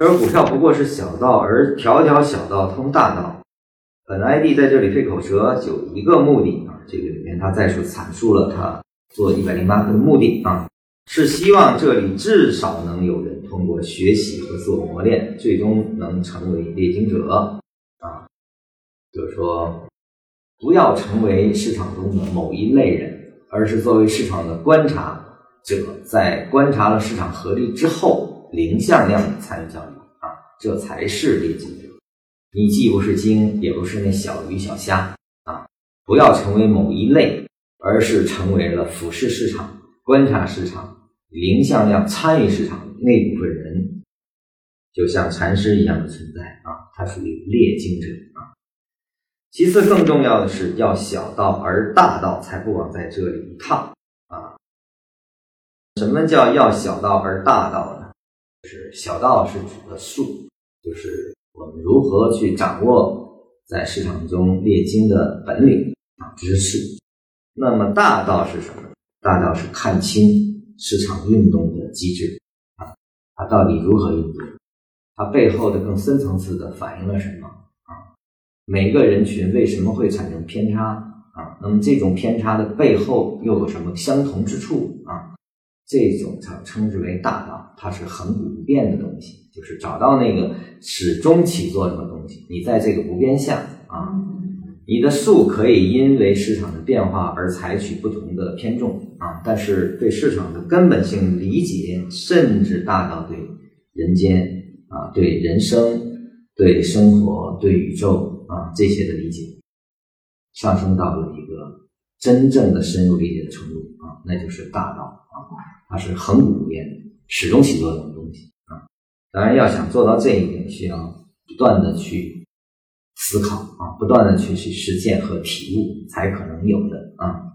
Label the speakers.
Speaker 1: 而股票不过是小道，而条条小道通大道。本 ID 在这里费口舌有一个目的啊，这个里面他再次阐述了他做108课的目的啊，是希望这里至少能有人通过学习和自我磨练，最终能成为猎经者啊，就是说不要成为市场中的某一类人，而是作为市场的观察者，在观察了市场合力之后，零向量的参与交易啊，这才是猎经者。你既不是鲸，也不是那小鱼小虾啊！不要成为某一类，而是成为了俯视市场、观察市场、零向量参与市场的那部分人，就像禅师一样的存在啊，他属于猎经者啊。其次，更重要的是要小道而大道，才不枉在这里一趟啊。什么叫要小道而大道呢？就是小道是指的术，就是我们如何去掌握在市场中猎经的本领啊，这是术。那么大道是什么？大道是看清市场运动的机制啊，它到底如何运动，它背后的更深层次的反映了什么啊？每个人群为什么会产生偏差啊？那么这种偏差的背后又有什么相同之处啊？这种称之为大道，它是恒古不变的东西，就是找到那个始终起作用的东西。你在这个不变下啊，你的术可以因为市场的变化而采取不同的偏重啊，但是对市场的根本性理解，甚至大到对人间啊、对人生、对生活、对宇宙啊这些的理解，上升到了一个真正的深入理解的程度啊，那就是大道啊，它是恒古不变的，始终起作用的东西啊。当然，要想做到这一点，需要不断的去思考啊，不断的去实践和体悟，才可能有的啊。